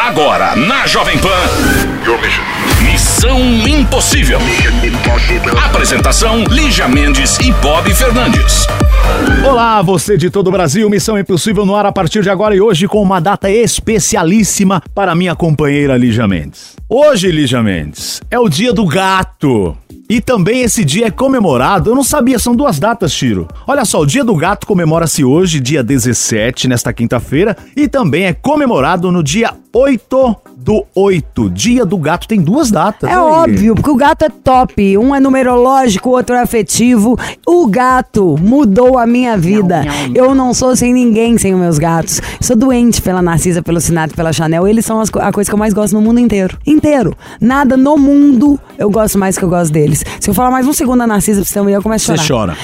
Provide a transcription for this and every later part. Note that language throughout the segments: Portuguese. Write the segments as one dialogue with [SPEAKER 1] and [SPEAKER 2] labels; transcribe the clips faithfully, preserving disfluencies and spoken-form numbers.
[SPEAKER 1] Agora, na Jovem Pan, Missão Impossível. Apresentação, Lígia Mendes e Bob Fernandes.
[SPEAKER 2] Olá, você de todo o Brasil, Missão Impossível no ar a partir de agora e hoje com uma data especialíssima para minha companheira Lígia Mendes. Hoje, Lígia Mendes, é o dia do gato. E também esse dia é comemorado, eu não sabia, são duas datas, Chiro. Olha só, o dia do gato comemora-se hoje, dia dezessete, nesta quinta-feira, e também é comemorado no dia oito do oito. Dia do gato tem duas datas.
[SPEAKER 3] É
[SPEAKER 2] aí.
[SPEAKER 3] óbvio, porque o gato é top. Um é numerológico, o outro é afetivo. O gato mudou a minha vida. Eu não sou sem ninguém sem os meus gatos. Sou doente pela Narcisa, pelo Sinato, pela Chanel. Eles são as, a coisa que eu mais gosto no mundo inteiro. Inteiro. Nada no mundo eu gosto mais que eu gosto deles. Se eu falar mais um segundo da Narcisa, pra você ter uma ideia, eu começo a chorar.
[SPEAKER 2] Você chora.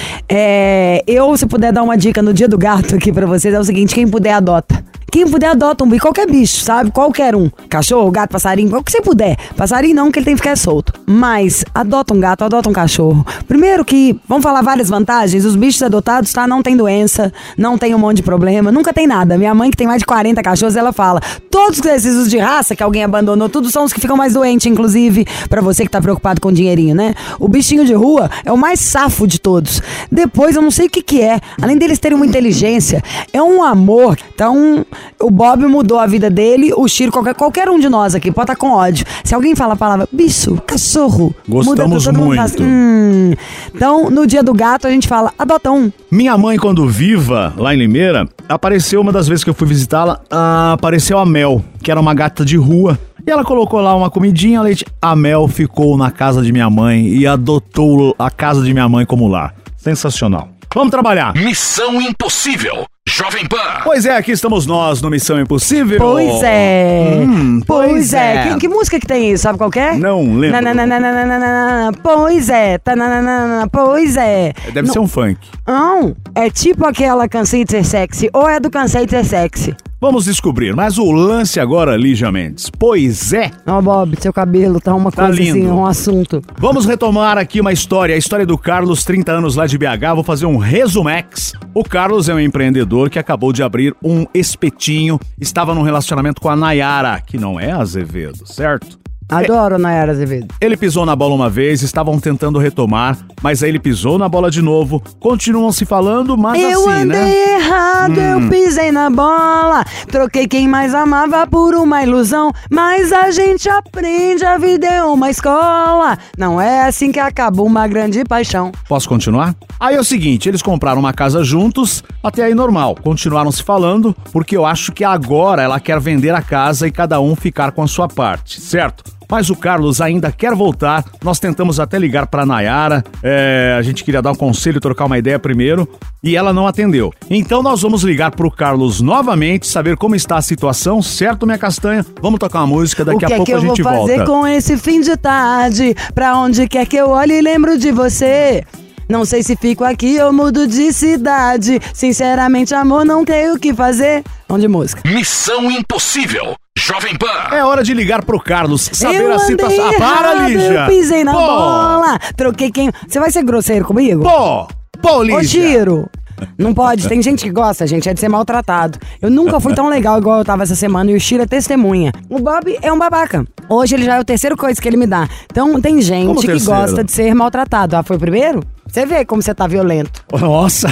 [SPEAKER 3] É, eu, se puder dar uma dica no dia do gato aqui pra vocês, é o seguinte: quem puder, adota. Quem puder, adota um bicho, qualquer bicho, sabe? Qualquer um. Cachorro, gato, passarinho, o que você puder. Passarinho não, que ele tem que ficar solto. Mas adota um gato, adota um cachorro. Primeiro que, vamos falar várias vantagens, os bichos adotados, tá? Não tem doença, não tem um monte de problema, nunca tem nada. Minha mãe, que tem mais de quarenta cachorros, ela fala, todos os exercícios de raça que alguém abandonou, tudo são os que ficam mais doentes, inclusive, pra você que tá preocupado com dinheirinho, né? O bichinho de rua é o mais safo de todos. Depois, eu não sei o que que é. Além deles terem uma inteligência, é um amor. Então, o Bob mudou a vida dele, o Chiro, qualquer, qualquer um de nós aqui, pode estar com ódio. Se alguém fala a palavra bicho, cachorro,
[SPEAKER 2] gostamos
[SPEAKER 3] muda tudo,
[SPEAKER 2] muito.
[SPEAKER 3] Assim, hum. Então, no dia do gato, a gente fala, adota um.
[SPEAKER 2] Minha mãe, quando viva, lá em Limeira, apareceu uma das vezes que eu fui visitá-la, ah, apareceu a Mel, que era uma gata de rua. E ela colocou lá uma comidinha, leite. A Mel ficou na casa de minha mãe e adotou a casa de minha mãe como lar. Sensacional. Vamos trabalhar.
[SPEAKER 1] Missão Impossível. Jovem Pan.
[SPEAKER 2] Pois é, aqui estamos nós no Missão Impossível.
[SPEAKER 3] Pois é.
[SPEAKER 2] Hum,
[SPEAKER 3] pois,
[SPEAKER 2] pois
[SPEAKER 3] é.
[SPEAKER 2] é.
[SPEAKER 3] Que, que música que tem isso? Sabe qual que é?
[SPEAKER 2] Não lembro.
[SPEAKER 3] Nananana, pois é. Tananana, pois é.
[SPEAKER 2] Deve
[SPEAKER 3] Não.
[SPEAKER 2] ser um funk.
[SPEAKER 3] Não, é tipo aquela Cansei de Ser Sexy, ou é do Cansei de Ser Sexy.
[SPEAKER 2] Vamos descobrir, mas o lance agora, Lígia Mendes. Pois é.
[SPEAKER 3] Ó, oh, Bob, seu cabelo tá uma
[SPEAKER 2] Tá
[SPEAKER 3] coisa
[SPEAKER 2] lindo.
[SPEAKER 3] assim, um assunto.
[SPEAKER 2] Vamos retomar aqui uma história, a história do Carlos, trinta anos lá de B H. Vou fazer um resumex. O Carlos é um empreendedor que acabou de abrir um espetinho. Estava num relacionamento com a Nayara, que não é Azevedo, certo?
[SPEAKER 3] Adoro a Nayara Azevedo.
[SPEAKER 2] Ele pisou na bola uma vez, estavam tentando retomar, mas aí ele pisou na bola de novo. Continuam se falando, mas
[SPEAKER 3] eu
[SPEAKER 2] assim,
[SPEAKER 3] andei
[SPEAKER 2] né?
[SPEAKER 3] errado,
[SPEAKER 2] Hum.
[SPEAKER 3] eu pisei na bola. Troquei quem mais amava por uma ilusão. Mas a gente aprende, a vida é uma escola. Não é assim que acaba uma grande paixão.
[SPEAKER 2] Posso continuar? Aí é o seguinte, eles compraram uma casa juntos, até aí normal. Continuaram se falando, porque eu acho que agora ela quer vender a casa e cada um ficar com a sua parte, certo? Mas o Carlos ainda quer voltar. Nós tentamos até ligar pra Nayara. É, a gente queria dar um conselho, trocar uma ideia primeiro. E ela não atendeu. Então nós vamos ligar pro Carlos novamente, saber como está a situação. Certo, minha castanha? Vamos tocar uma música, daqui a pouco a gente volta.
[SPEAKER 3] O que é que eu vou fazer com esse fim de tarde? Pra onde quer que eu olhe, lembro de você. Não sei se fico aqui ou mudo de cidade. Sinceramente, amor, não tenho o que fazer. Vamos de música.
[SPEAKER 1] Missão Impossível. Jovem Pan.
[SPEAKER 2] É hora de ligar pro Carlos, saber
[SPEAKER 3] eu
[SPEAKER 2] a situação. Ah, para,
[SPEAKER 3] errado,
[SPEAKER 2] Lígia!
[SPEAKER 3] Eu pisei na
[SPEAKER 2] Pô.
[SPEAKER 3] bola. Troquei quem... Você vai ser grosseiro comigo?
[SPEAKER 2] Pô! Pô, Lígia!
[SPEAKER 3] Ô, Chiro! Não pode, tem gente que gosta, gente, é de ser maltratado. Eu nunca fui tão legal igual eu tava essa semana e o Chiro é testemunha. O Bob é um babaca. Hoje ele já é o terceiro coisa que ele me dá. Então tem gente
[SPEAKER 2] Como
[SPEAKER 3] que
[SPEAKER 2] terceiro?
[SPEAKER 3] gosta de ser maltratado. Ah, foi o primeiro? Você vê como você tá violento.
[SPEAKER 2] Nossa!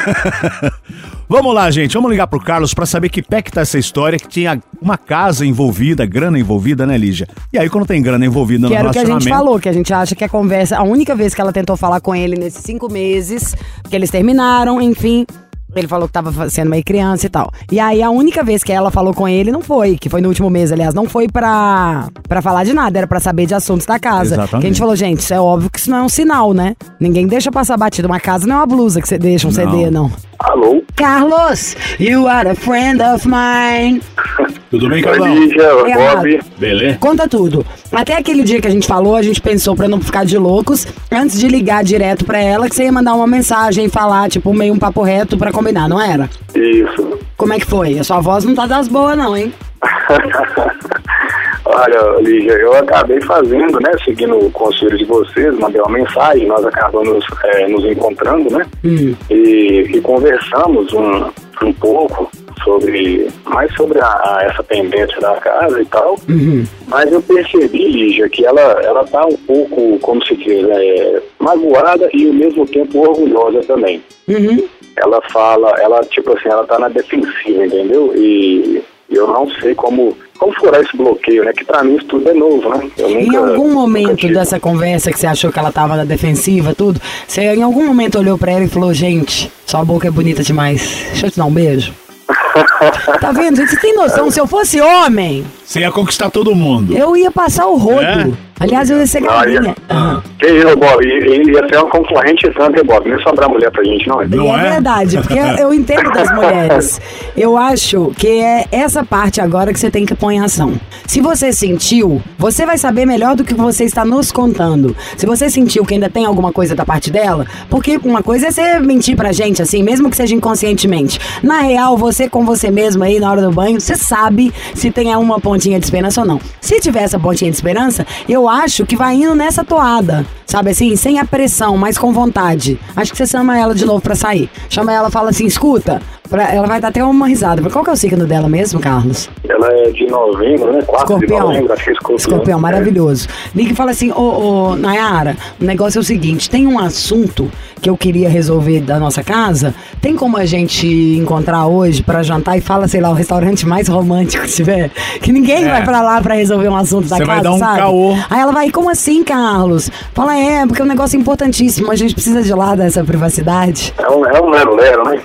[SPEAKER 2] Vamos lá, gente, vamos ligar pro Carlos pra saber que pé que tá essa história, que tinha uma casa envolvida, grana envolvida, né, Lígia? E aí quando tem grana envolvida no
[SPEAKER 3] Que era o que a
[SPEAKER 2] relacionamento...
[SPEAKER 3] gente falou, que a gente acha que a conversa... A única vez que ela tentou falar com ele nesses cinco meses, que eles terminaram, enfim... Ele falou que tava sendo meio criança e tal. E aí a única vez que ela falou com ele não foi, que foi no último mês, aliás, não foi pra, pra falar de nada, era pra saber de assuntos da casa.
[SPEAKER 2] Exatamente.
[SPEAKER 3] Que a gente falou, gente, isso é óbvio que isso não é um sinal, né? Ninguém deixa passar batido. Uma casa não é uma blusa que você deixa um
[SPEAKER 2] Não.
[SPEAKER 3] C D, não.
[SPEAKER 4] Alô?
[SPEAKER 3] Carlos, you are a friend of mine.
[SPEAKER 2] Tudo bem,
[SPEAKER 4] Oi,
[SPEAKER 2] Carlão?
[SPEAKER 4] Lígia,
[SPEAKER 3] É,
[SPEAKER 4] Bob.
[SPEAKER 3] amado.
[SPEAKER 2] Beleza?
[SPEAKER 3] Conta tudo. Até aquele dia que a gente falou, a gente pensou pra não ficar de loucos, antes de ligar direto pra ela, que você ia mandar uma mensagem e falar, tipo, meio um papo reto pra combinar, não era?
[SPEAKER 4] Isso.
[SPEAKER 3] Como é que foi? A sua voz não tá das boas, não, hein?
[SPEAKER 4] Olha, Lígia, eu acabei fazendo, né, seguindo o conselho de vocês, mandei uma mensagem, nós acabamos é, nos encontrando, né,
[SPEAKER 3] Hum.
[SPEAKER 4] e, e conversamos um, um pouco sobre, mais sobre a, a essa pendência da casa e tal,
[SPEAKER 3] Uhum.
[SPEAKER 4] mas eu percebi, Lígia, que ela, ela tá um pouco, como se diz, é, magoada e ao mesmo tempo orgulhosa também.
[SPEAKER 3] Uhum.
[SPEAKER 4] Ela fala, ela tipo assim, ela tá na defensiva, entendeu? E eu não sei como, como furar esse bloqueio, né? Que pra mim isso tudo é novo, né? Eu nunca,
[SPEAKER 3] Em algum
[SPEAKER 4] nunca
[SPEAKER 3] momento
[SPEAKER 4] tive.
[SPEAKER 3] dessa conversa que você achou que ela tava na defensiva, tudo, você em algum momento olhou pra ela e falou, gente, sua boca é bonita demais, deixa eu te dar um beijo? Tá vendo, gente? Você tem noção, se eu fosse homem,
[SPEAKER 2] Você ia conquistar todo mundo.
[SPEAKER 3] eu ia passar o rodo.
[SPEAKER 2] É?
[SPEAKER 3] Aliás, eu ia ser
[SPEAKER 4] Não,
[SPEAKER 3] galinha.
[SPEAKER 4] ia-
[SPEAKER 3] Ah.
[SPEAKER 4] Que isso, Bob? Ia, ia ser um concorrente tanto, hein, Bob? Nem sobrar mulher pra gente, não é?
[SPEAKER 2] Não
[SPEAKER 3] E é
[SPEAKER 2] é?
[SPEAKER 3] verdade, porque eu entendo das mulheres. Eu acho que é essa parte agora que você tem que pôr em ação. Se você sentiu, você vai saber melhor do que você está nos contando. Se você sentiu que ainda tem alguma coisa da parte dela, porque uma coisa é você mentir pra gente, assim, mesmo que seja inconscientemente. Na real, você com você mesmo aí na hora do banho, você sabe se tem uma pontinha de esperança ou não. Se tiver essa pontinha de esperança, eu acho que vai indo nessa toada. Sabe assim, sem a pressão, mas com vontade. Acho que você chama ela de novo pra sair. Chama ela e fala assim, escuta, pra, ela vai dar até uma risada. Qual que é o signo dela mesmo, Carlos?
[SPEAKER 4] Ela é de novembro, né? quatro de
[SPEAKER 3] Escorpião.
[SPEAKER 4] novembro, acho que é escorpião.
[SPEAKER 3] Escorpião, maravilhoso. Liga e fala assim, ô, ô, Nayara, o negócio é o seguinte, tem um assunto que eu queria resolver da nossa casa, tem como a gente encontrar hoje pra jantar e fala, sei lá, o restaurante mais romântico que tiver? Que ninguém
[SPEAKER 2] É.
[SPEAKER 3] vai pra lá pra resolver um assunto da
[SPEAKER 2] Você
[SPEAKER 3] casa,
[SPEAKER 2] vai dar um
[SPEAKER 3] sabe?
[SPEAKER 2] caô.
[SPEAKER 3] Aí ela vai, como assim, Carlos? Fala, é, porque é um negócio importantíssimo, a gente precisa de lá dessa privacidade.
[SPEAKER 4] É um, é um lero-lero, né?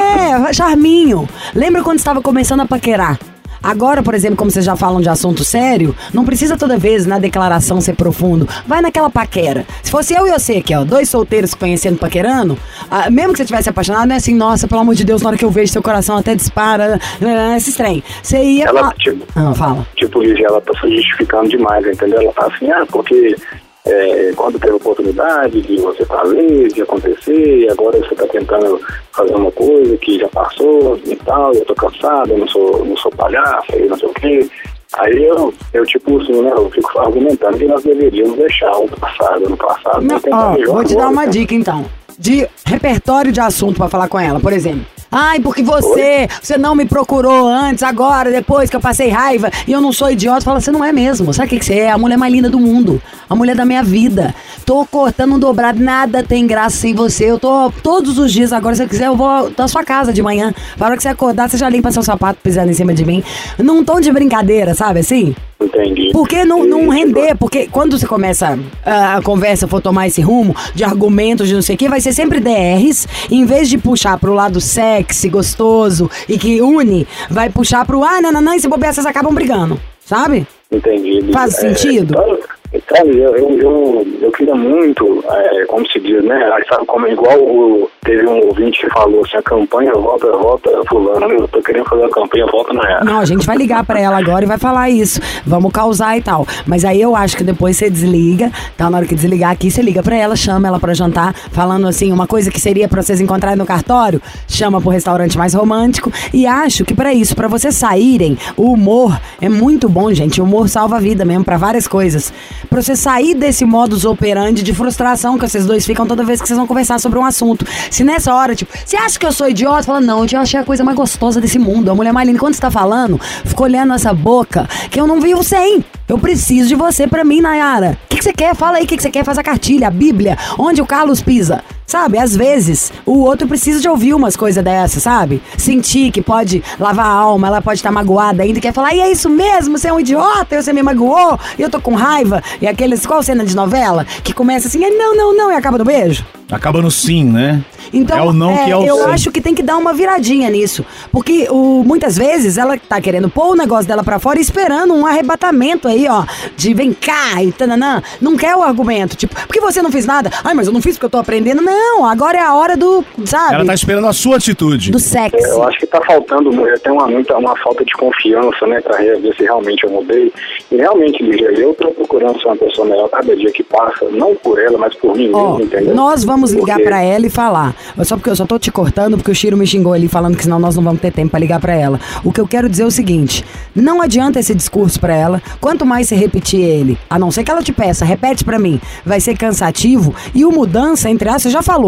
[SPEAKER 3] É, charminho. Lembra quando estava começando a paquerar? Agora, por exemplo, como vocês já falam de assunto sério, não precisa toda vez na declaração ser profundo. Vai naquela paquera. Se fosse eu e você aqui, ó, dois solteiros se conhecendo paquerando, ah, mesmo que você tivesse apaixonado, não é assim, nossa, pelo amor de Deus, na hora que eu vejo seu coração até dispara, esse trem. Você ia
[SPEAKER 4] Ela,
[SPEAKER 3] falar...
[SPEAKER 4] tipo,
[SPEAKER 3] Ah, fala.
[SPEAKER 4] tipo, Lígia, ela tá se justificando demais, entendeu? Ela tá assim, ah, porque é, quando teve a oportunidade de você fazer, de acontecer, e agora você tá tentando fazer uma coisa que já passou e tal, eu tô cansado, eu não sou, não sou palhaço, eu não sei o quê. Aí eu, eu tipo assim, né, eu fico argumentando que nós deveríamos deixar o passado, no passado.
[SPEAKER 3] Não,
[SPEAKER 4] e tentar
[SPEAKER 3] ó,
[SPEAKER 4] melhor
[SPEAKER 3] vou te dar
[SPEAKER 4] agora,
[SPEAKER 3] uma
[SPEAKER 4] né?
[SPEAKER 3] dica então. De repertório de assunto pra falar com ela, por exemplo. Ai, porque você, você não me procurou antes, agora, depois que eu passei raiva e eu não sou idiota. Fala, você não é mesmo. Sabe o que, que você é? A mulher mais linda do mundo. A mulher da minha vida. Tô cortando um dobrado, nada tem graça sem você. Eu tô todos os dias agora, se você quiser, eu vou na sua casa de manhã. Na hora que você acordar, você já limpa seu sapato pisando em cima de mim. Num tom de brincadeira, sabe assim?
[SPEAKER 4] Entendi.
[SPEAKER 3] Por que não, não
[SPEAKER 4] E, tipo,
[SPEAKER 3] render? Porque quando você começa a, a conversa, for tomar esse rumo de argumentos, de não sei o que, vai ser sempre D Rs, em vez de puxar pro lado sexy, gostoso e que une, vai puxar pro, ah, não, não, não, e se bobear, vocês acabam brigando, sabe?
[SPEAKER 4] Entendi.
[SPEAKER 3] Faz sentido?
[SPEAKER 4] É, cara, eu, eu, eu, eu queria muito, é, como se diz, né? Aí sabe como é igual o, teve um ouvinte que falou assim, a campanha volta, volta, fulano, eu tô querendo fazer a campanha volta na era.
[SPEAKER 3] Não, a gente vai ligar pra ela agora e vai falar isso. Vamos causar e tal. Mas aí eu acho que depois você desliga, tá? Na hora que desligar aqui, você liga pra ela, chama ela pra jantar, falando assim, uma coisa que seria pra vocês encontrarem no cartório, chama pro restaurante mais romântico. E acho que pra isso, pra vocês saírem, o humor é muito bom, gente. O humor salva a vida mesmo, pra várias coisas. Pra você sair desse modus operandi de frustração que vocês dois ficam toda vez que vocês vão conversar sobre um assunto. Se nessa hora, tipo, você acha que eu sou idiota? Fala, não, eu achei a coisa mais gostosa desse mundo. A mulher mais linda, quando você tá falando, fica olhando essa boca, que eu não vivo sem. Eu preciso de você pra mim, Nayara. O que, que você quer? Fala aí o que, que você quer. Faz a cartilha, a Bíblia, onde o Carlos pisa. Sabe, às vezes, o outro precisa de ouvir umas coisas dessas, sabe? Sentir que pode lavar a alma, ela pode estar magoada ainda, quer falar, e é isso mesmo, você é um idiota, você me magoou, e eu tô com raiva. E aqueles, qual cena de novela, que começa assim, não, não, não, e acaba no beijo?
[SPEAKER 2] Acaba no sim, né?
[SPEAKER 3] Então,
[SPEAKER 2] é o não que é o
[SPEAKER 3] eu
[SPEAKER 2] sim.
[SPEAKER 3] acho que tem que dar uma viradinha nisso. Porque o, muitas vezes ela tá querendo pôr o negócio dela pra fora e esperando um arrebatamento aí, ó, de vem cá e tananã. Não quer o argumento, tipo, porque você não fez nada? Ai, mas eu não fiz porque eu tô aprendendo. Não, agora é a hora do, sabe?
[SPEAKER 2] Ela tá esperando a sua atitude.
[SPEAKER 3] Do sexy.
[SPEAKER 4] Eu acho que tá faltando, tem uma, muita, uma falta de confiança, né, pra ver se realmente eu mudei. E realmente, Lígia, eu tô procurando ser uma pessoa melhor cada dia que passa, não por ela, mas por mim
[SPEAKER 3] Ó,
[SPEAKER 4] mesmo, entendeu?
[SPEAKER 3] nós vamos ligar
[SPEAKER 4] Porque-
[SPEAKER 3] pra ela e falar. Só porque eu só tô te cortando, porque o Chiro me xingou ali falando que senão nós não vamos ter tempo pra ligar pra ela. O que eu quero dizer é o seguinte: não adianta esse discurso pra ela. Quanto mais você repetir ele, a não ser que ela te peça, repete pra mim, vai ser cansativo. E o mudança, entre aspas, você já falou.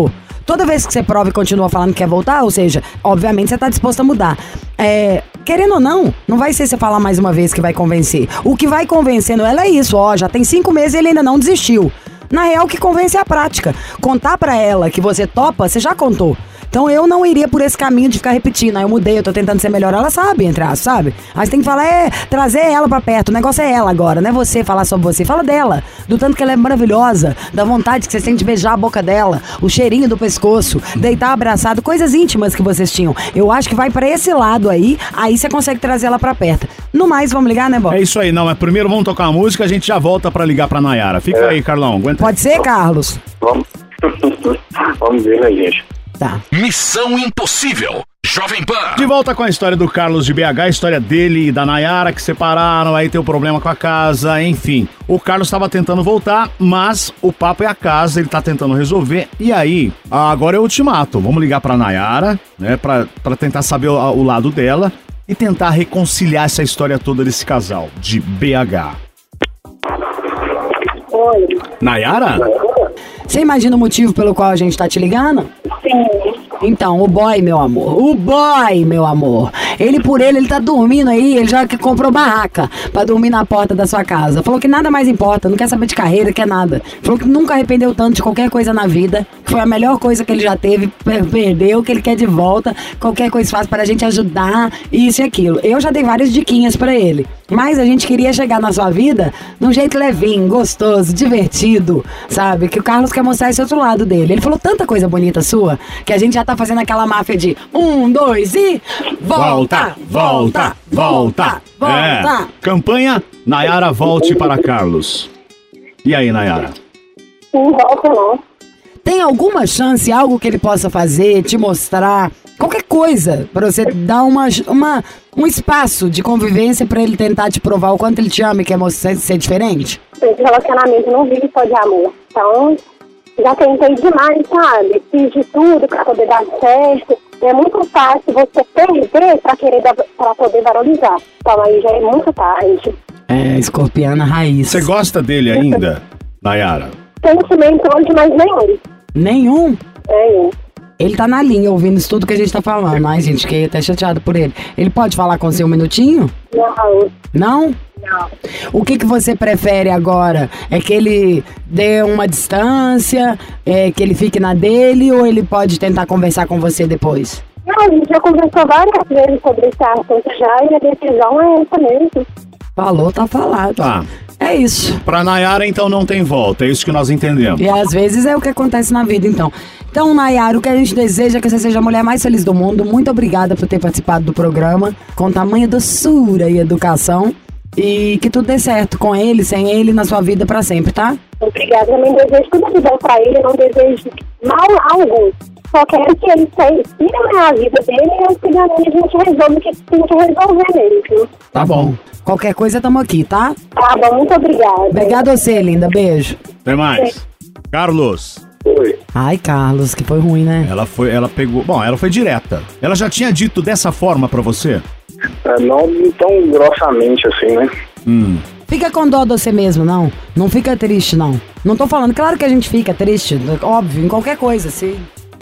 [SPEAKER 3] Toda vez que você prova e continua falando que quer voltar, ou seja, obviamente você tá disposto a mudar. É, querendo ou não, não vai ser você falar mais uma vez que vai convencer. O que vai convencendo ela é isso, ó, já tem cinco meses e ele ainda não desistiu. Na real, o que convence é a prática. Contar pra ela que você topa, você já contou. Então eu não iria por esse caminho de ficar repetindo. Aí eu mudei, eu tô tentando ser melhor. Ela sabe, entre aspas, sabe? Aí você tem que falar, é, trazer ela pra perto. O negócio é ela agora, não é você falar sobre você. Fala dela, do tanto que ela é maravilhosa, da vontade que você sente beijar a boca dela, o cheirinho do pescoço, deitar abraçado, coisas íntimas que vocês tinham. Eu acho que vai pra esse lado aí, aí você consegue trazer ela pra perto. No mais, vamos ligar, né, Bob?
[SPEAKER 2] É isso aí, não, mas primeiro vamos tocar uma música, a gente já volta pra ligar pra Nayara. Fica é. aí, Carlão, aguenta.
[SPEAKER 3] Pode ser, Carlos?
[SPEAKER 4] Vamos, vamos ver, né, gente?
[SPEAKER 3] Tá.
[SPEAKER 1] Missão Impossível, Jovem Pan.
[SPEAKER 2] De volta com a história do Carlos de B H, a história dele e da Nayara que separaram, aí tem o problema com a casa, enfim. O Carlos estava tentando voltar, mas o papo é a casa, ele tá tentando resolver. E aí, agora é o ultimato. Vamos ligar pra Nayara, né, pra, pra tentar saber o, o lado dela e tentar reconciliar essa história toda desse casal de B H.
[SPEAKER 5] Oi.
[SPEAKER 2] Nayara?
[SPEAKER 3] Você imagina o motivo pelo qual a gente tá te ligando?
[SPEAKER 5] Sim.
[SPEAKER 3] Então, o boy, meu amor, o boy, meu amor, ele por ele, ele tá dormindo aí, ele já que comprou barraca pra dormir na porta da sua casa. Falou que nada mais importa, não quer saber de carreira, quer nada. Falou que nunca arrependeu tanto de qualquer coisa na vida, que foi a melhor coisa que ele já teve, perdeu, que ele quer de volta, qualquer coisa faz para a gente ajudar, isso e aquilo. Eu já dei várias diquinhas pra ele, mas a gente queria chegar na sua vida de um jeito levinho, gostoso, divertido, sabe? Que o Carlos quer mostrar esse outro lado dele. Ele falou tanta coisa bonita sua, que a gente já tá fazendo aquela máfia de um, dois e...
[SPEAKER 2] Volta, volta, volta, volta. É. Campanha Nayara volte para Carlos. E aí, Nayara?
[SPEAKER 5] Não volta, não.
[SPEAKER 3] Tem alguma chance, algo que ele possa fazer, te mostrar, qualquer coisa, pra você dar uma, uma, um espaço de convivência pra ele tentar te provar o quanto ele te ama e quer mostrar, ser diferente?
[SPEAKER 5] Esse relacionamento não vive só de amor. Então, já tentei demais, sabe? Fiz de tudo pra poder dar certo. É muito fácil você perder pra querer dar, pra poder valorizar. Então aí já é muito tarde.
[SPEAKER 3] É, escorpiana raiz.
[SPEAKER 2] Você gosta dele ainda, Nayara?
[SPEAKER 5] Sentimento hoje, mas nenhum.
[SPEAKER 3] Nenhum?
[SPEAKER 5] Nenhum.
[SPEAKER 3] Ele tá na linha ouvindo isso tudo que a gente tá falando. Ai, gente, fiquei até chateado por ele. Ele pode falar com você um minutinho?
[SPEAKER 5] Não.
[SPEAKER 3] Não?
[SPEAKER 5] Não.
[SPEAKER 3] O que que você prefere agora? É que ele dê uma distância, é que ele fique na dele, ou ele pode tentar conversar com você depois?
[SPEAKER 5] Não, a gente já conversou várias vezes sobre esse assunto já e a decisão é essa mesmo.
[SPEAKER 3] Falou, tá falado.
[SPEAKER 2] Tá.
[SPEAKER 3] É isso.
[SPEAKER 2] Pra Nayara, então, não tem volta. É isso que nós entendemos.
[SPEAKER 3] E às vezes é o que acontece na vida, então. Então, Nayara, o que a gente deseja é que você seja a mulher mais feliz do mundo. Muito obrigada por ter participado do programa, com tamanha doçura e educação. E que tudo dê certo com ele, sem ele, na sua vida pra sempre, tá?
[SPEAKER 5] Obrigada. Eu não desejo tudo de bom pra ele, eu não desejo mal algum. Só quero que ele siga a vida dele e eu siga a minha, a gente resolve o que tem que resolver nele, viu?
[SPEAKER 3] Tá bom. Qualquer coisa, tamo aqui, tá?
[SPEAKER 5] Tá bom, muito obrigada.
[SPEAKER 3] Obrigada a você, linda. Beijo.
[SPEAKER 2] Até mais. Carlos.
[SPEAKER 4] Oi.
[SPEAKER 3] Ai, Carlos, que foi ruim, né?
[SPEAKER 2] Ela foi, ela pegou... Bom, ela foi direta. Ela já tinha dito dessa forma pra você?
[SPEAKER 4] É, não tão grossamente assim, né?
[SPEAKER 2] Hum.
[SPEAKER 3] Fica com dó de você mesmo, não. Não fica triste, não. Não tô falando, claro que a gente fica triste, óbvio, em qualquer coisa, sim.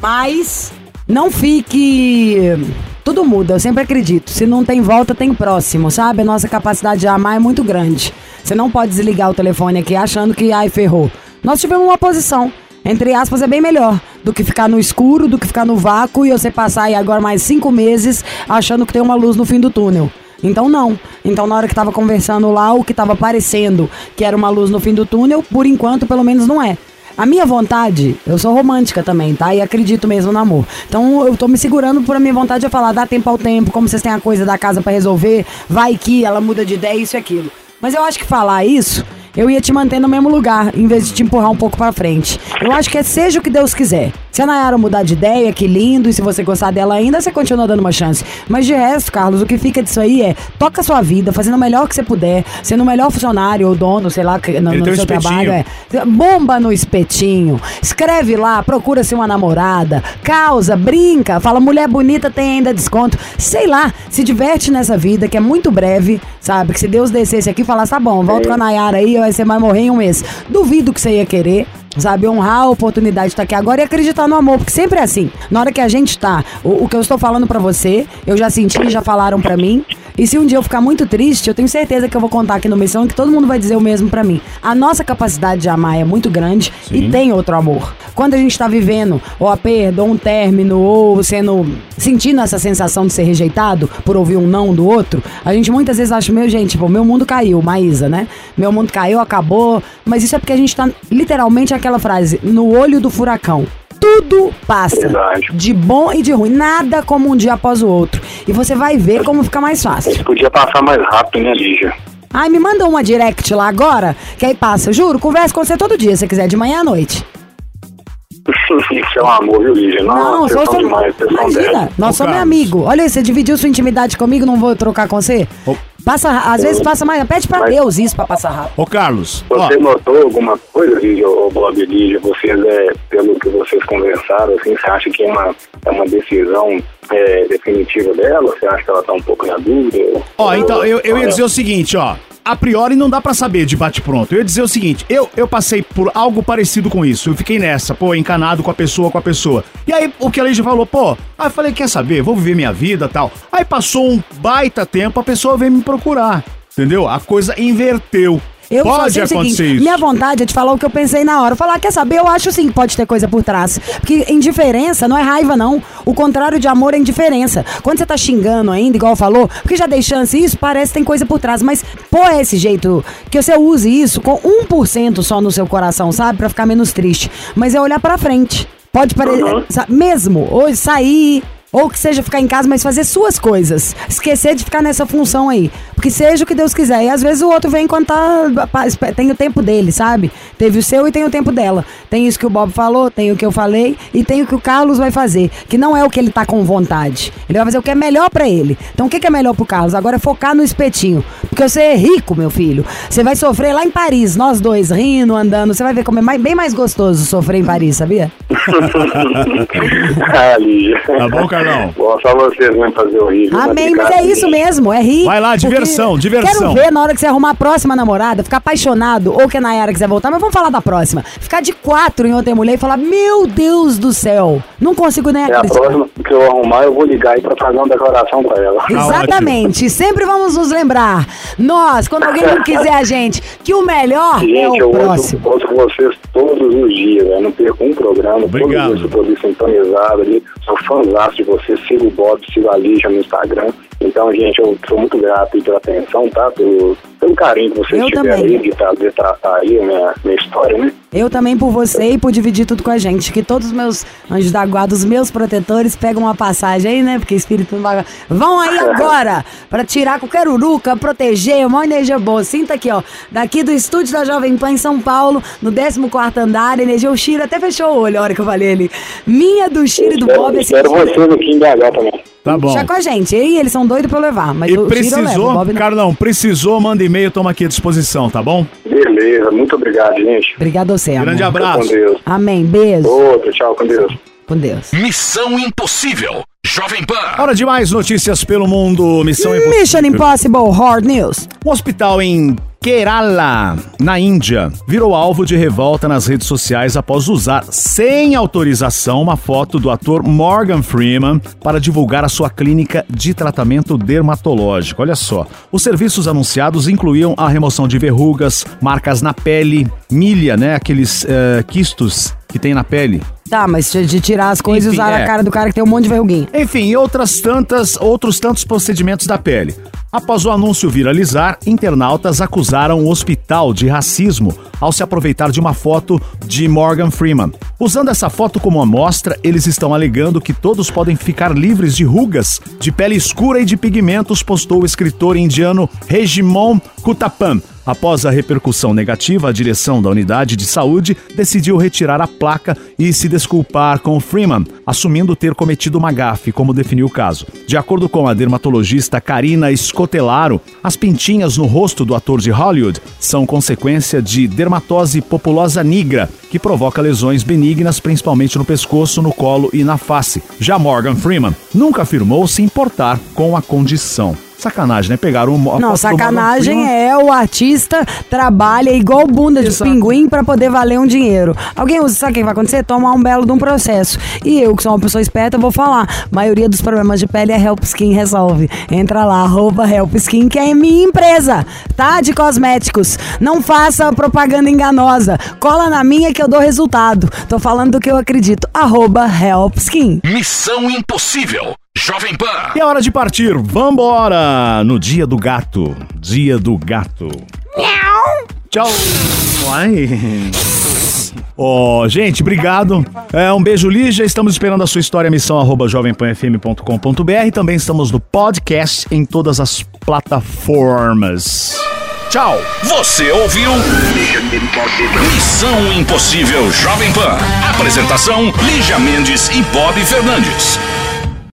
[SPEAKER 3] Mas não fique... Tudo muda, eu sempre acredito. Se não tem volta, tem próximo, sabe? A nossa capacidade de amar é muito grande. Você não pode desligar o telefone aqui achando que, ai, ferrou. Nós tivemos uma posição, entre aspas, é bem melhor do que ficar no escuro, do que ficar no vácuo e você passar aí agora mais cinco meses achando que tem uma luz no fim do túnel. Então não. Então na hora que tava conversando lá, o que tava parecendo que era uma luz no fim do túnel, por enquanto pelo menos não é. A minha vontade, eu sou romântica também, tá? E acredito mesmo no amor. Então eu tô me segurando por a minha vontade de falar, dá tempo ao tempo, como vocês têm a coisa da casa pra resolver, vai que ela muda de ideia, isso e aquilo. Mas eu acho que falar isso, eu ia te manter no mesmo lugar, em vez de te empurrar um pouco pra frente. Eu acho que é seja o que Deus quiser. Se a Nayara mudar de ideia, que lindo, e se você gostar dela ainda, você continua dando uma chance. Mas de resto, Carlos, o que fica disso aí é, toca a sua vida, fazendo o melhor que você puder, sendo o melhor funcionário ou dono, sei lá, no, no seu trabalho. É. Bomba no espetinho, escreve lá, procura-se uma namorada, causa, brinca, fala, mulher bonita tem ainda desconto. Sei lá, se diverte nessa vida, que é muito breve, sabe? Que se Deus descesse aqui e falasse, tá bom, volta com a Nayara aí, você vai morrer em um mês. Duvido que você ia querer. sabe? Honrar a oportunidade de estar aqui agora e acreditar no amor, porque sempre é assim. Na hora que a gente tá, o, o que eu estou falando pra você, eu já senti, já falaram pra mim. E se um dia eu ficar muito triste, eu tenho certeza que eu vou contar aqui no Missão que todo mundo vai dizer o mesmo pra mim. A nossa capacidade de amar é muito grande. Sim. E tem outro amor. Quando a gente tá vivendo ou a perda, ou um término, ou sendo sentindo essa sensação de ser rejeitado por ouvir um não do outro, a gente muitas vezes acha, meu gente, tipo, meu mundo caiu, Maísa, né? Meu mundo caiu, acabou. Mas isso é porque a gente tá literalmente aquela frase, no olho do furacão. Tudo passa, verdade, de bom e de ruim, nada como um dia após o outro. E você vai ver como fica mais fácil.
[SPEAKER 4] Isso podia passar mais rápido, né, Lígia?
[SPEAKER 3] Ai, me manda uma direct lá agora, que aí passa, juro, converso com você todo dia, se quiser, de manhã à noite.
[SPEAKER 4] Isso é um amor, viu, Lígia?
[SPEAKER 3] Não, sou sou...
[SPEAKER 4] demais,
[SPEAKER 3] Imagina, nós somos amigos. Olha aí, você dividiu sua intimidade comigo, não vou trocar com você? Oh. Passa, às vezes passa mais, pede pra Mas, Deus isso pra passar rápido.
[SPEAKER 2] Ô Carlos,
[SPEAKER 4] você
[SPEAKER 2] ó.
[SPEAKER 4] notou alguma coisa, Lígia, ô Bob e Lígia, vocês, é, pelo que vocês conversaram, assim, você acha que é uma, é uma decisão é, definitiva dela? Você acha que ela tá um pouco na dúvida?
[SPEAKER 2] Ó, ou, então, eu, eu ia dizer o seguinte, ó. A priori não dá pra saber de bate-pronto. Eu ia dizer o seguinte, eu, eu passei por algo parecido com isso. Eu fiquei nessa, pô, encanado com a pessoa, com a pessoa. E aí, o que a Lígia falou, pô, aí eu falei, quer saber, vou viver minha vida e tal. Aí passou um baita tempo, a pessoa veio me procurar, entendeu? A coisa inverteu.
[SPEAKER 3] Eu
[SPEAKER 2] pode acontecer
[SPEAKER 3] seguinte,
[SPEAKER 2] isso.
[SPEAKER 3] Minha vontade é de falar o que eu pensei na hora. Falar, quer saber? Eu acho sim que pode ter coisa por trás. Porque indiferença não é raiva, não. O contrário de amor é indiferença. Quando você tá xingando ainda, igual falou, porque já dei chance, isso parece que tem coisa por trás. Mas, pô, é esse jeito que você use isso com um por cento só no seu coração, sabe? Pra ficar menos triste. Mas é olhar pra frente. Pode parecer, uhum. Mesmo, hoje sair... Ou que seja ficar em casa, mas fazer suas coisas. Esquecer de ficar nessa função aí. Porque seja o que Deus quiser. E às vezes o outro vem enquanto tá, tem o tempo dele, sabe? Teve o seu e tem o tempo dela. Tem isso que o Bob falou, tem o que eu falei e tem o que o Carlos vai fazer. Que não é o que ele tá com vontade. Ele vai fazer o que é melhor pra ele. Então o que é melhor pro Carlos? Agora é focar no espetinho. Porque você é rico, meu filho. Você vai sofrer lá em Paris, nós dois, rindo, andando. Você vai ver como é mais, bem mais gostoso sofrer em Paris, sabia?
[SPEAKER 4] Ah, Lígia.
[SPEAKER 2] Tá bom, Carlos? Não.
[SPEAKER 4] Bom, só vocês vão fazer o rir.
[SPEAKER 3] Amém, mas é isso mesmo, é rir.
[SPEAKER 2] Vai lá, diversão, diversão.
[SPEAKER 3] Quero ver na hora que você arrumar a próxima namorada, ficar apaixonado, ou que a Nayara quiser voltar, mas vamos falar da próxima. Ficar de quatro em outra mulher e falar, meu Deus do céu, não consigo nem
[SPEAKER 4] é
[SPEAKER 3] acreditar.
[SPEAKER 4] A próxima que eu arrumar, eu vou ligar aí pra fazer uma declaração pra ela.
[SPEAKER 3] Exatamente, sempre vamos nos lembrar, nós, quando alguém não quiser a gente, que o melhor
[SPEAKER 4] gente,
[SPEAKER 3] é o
[SPEAKER 4] eu
[SPEAKER 3] próximo.
[SPEAKER 4] Eu ouço vocês todos os dias, né? Não perco um programa,
[SPEAKER 2] obrigado.
[SPEAKER 4] Todos os dias eu tô ali sintonizado ali, sou fãzaço de vocês, sigo o Bob, sigo a Lígia no Instagram. Então, gente, eu sou muito grato aí pela atenção, tá? Pelo, pelo carinho que vocês
[SPEAKER 3] eu
[SPEAKER 4] tiveram
[SPEAKER 3] também.
[SPEAKER 4] aí de, tra- de tratar aí a minha, minha história, né?
[SPEAKER 3] Eu também por você e por dividir tudo com a gente. Que todos os meus anjos da guarda, os meus protetores, pegam uma passagem aí, né? Porque espírito não vai... Vão aí agora pra tirar qualquer uruca, proteger, uma energia boa. Sinta aqui, ó. Daqui do estúdio da Jovem Pan em São Paulo, no décimo quarto andar, energia. O Chiro até fechou o olho a hora que eu falei ali. Minha, do Chiro e do Bob.
[SPEAKER 4] Espero você no Kim B H também.
[SPEAKER 2] Tá bom.
[SPEAKER 3] Já com a gente. E eles são doidos pra eu levar. Mas
[SPEAKER 2] e
[SPEAKER 3] o
[SPEAKER 2] precisou,
[SPEAKER 3] Chiro eu levo, o Bob não.
[SPEAKER 2] Carlão, precisou, manda e-mail, toma aqui à disposição, tá bom?
[SPEAKER 4] Beleza, muito obrigado, gente.
[SPEAKER 3] Obrigado a você, amor.
[SPEAKER 2] Grande abraço.
[SPEAKER 4] Com Deus.
[SPEAKER 3] Amém, beijo.
[SPEAKER 4] Outro, tchau, com Deus.
[SPEAKER 3] Com Deus.
[SPEAKER 1] Missão Impossível, Jovem Pan.
[SPEAKER 2] Hora de mais notícias pelo mundo. Missão Impossível.
[SPEAKER 3] Mission Impossible Hard News.
[SPEAKER 2] Um hospital em Kerala, na Índia, virou alvo de revolta nas redes sociais após usar, sem autorização, uma foto do ator Morgan Freeman para divulgar a sua clínica de tratamento dermatológico. Olha só, os serviços anunciados incluíam a remoção de verrugas, marcas na pele, milha, né, aqueles uh, quistos que tem na pele.
[SPEAKER 3] Tá, mas de tirar as coisas e usar
[SPEAKER 2] é.
[SPEAKER 3] a cara do cara que tem um monte de verruguinha.
[SPEAKER 2] Enfim, e outras tantas, outros tantos procedimentos da pele. Após o anúncio viralizar, internautas acusaram o hospital de racismo ao se aproveitar de uma foto de Morgan Freeman. Usando essa foto como amostra, eles estão alegando que todos podem ficar livres de rugas, de pele escura e de pigmentos, postou o escritor indiano Regimon Kuttapan. Após a repercussão negativa, a direção da unidade de saúde decidiu retirar a placa e se desculpar com Freeman, assumindo ter cometido uma gafe, como definiu o caso. De acordo com a dermatologista Karina Scotelaro, as pintinhas no rosto do ator de Hollywood são consequência de dermatose populosa nigra, que provoca lesões benignas principalmente no pescoço, no colo e na face. Já Morgan Freeman nunca afirmou se importar com a condição. Sacanagem, né? Pegaram o...
[SPEAKER 3] Não, sacanagem é o artista trabalha igual bunda de
[SPEAKER 2] Exato.
[SPEAKER 3] pinguim pra poder valer um dinheiro. Alguém usa, sabe o que vai acontecer? Tomar um belo de um processo. E eu, que sou uma pessoa esperta, vou falar. A maioria dos problemas de pele a Help Skin resolve. Entra lá, arroba Help Skin, que é minha empresa, tá? De cosméticos. Não faça propaganda enganosa. Cola na minha que eu dou resultado. Tô falando do que eu acredito. Arroba Help Skin.
[SPEAKER 1] Missão Impossível, Jovem Pan.
[SPEAKER 2] E é hora de partir. Vambora! No dia do gato. Dia do gato. Tchau. Ai. Ó, oh, gente, obrigado. É, um beijo, Lígia. Estamos esperando a sua história, missão arroba jovem pan f m ponto com ponto b r. Também estamos no podcast em todas as plataformas. Tchau.
[SPEAKER 1] Você ouviu Missão Impossível Jovem Pan. Apresentação, Lígia Mendes e Bob Fernandes.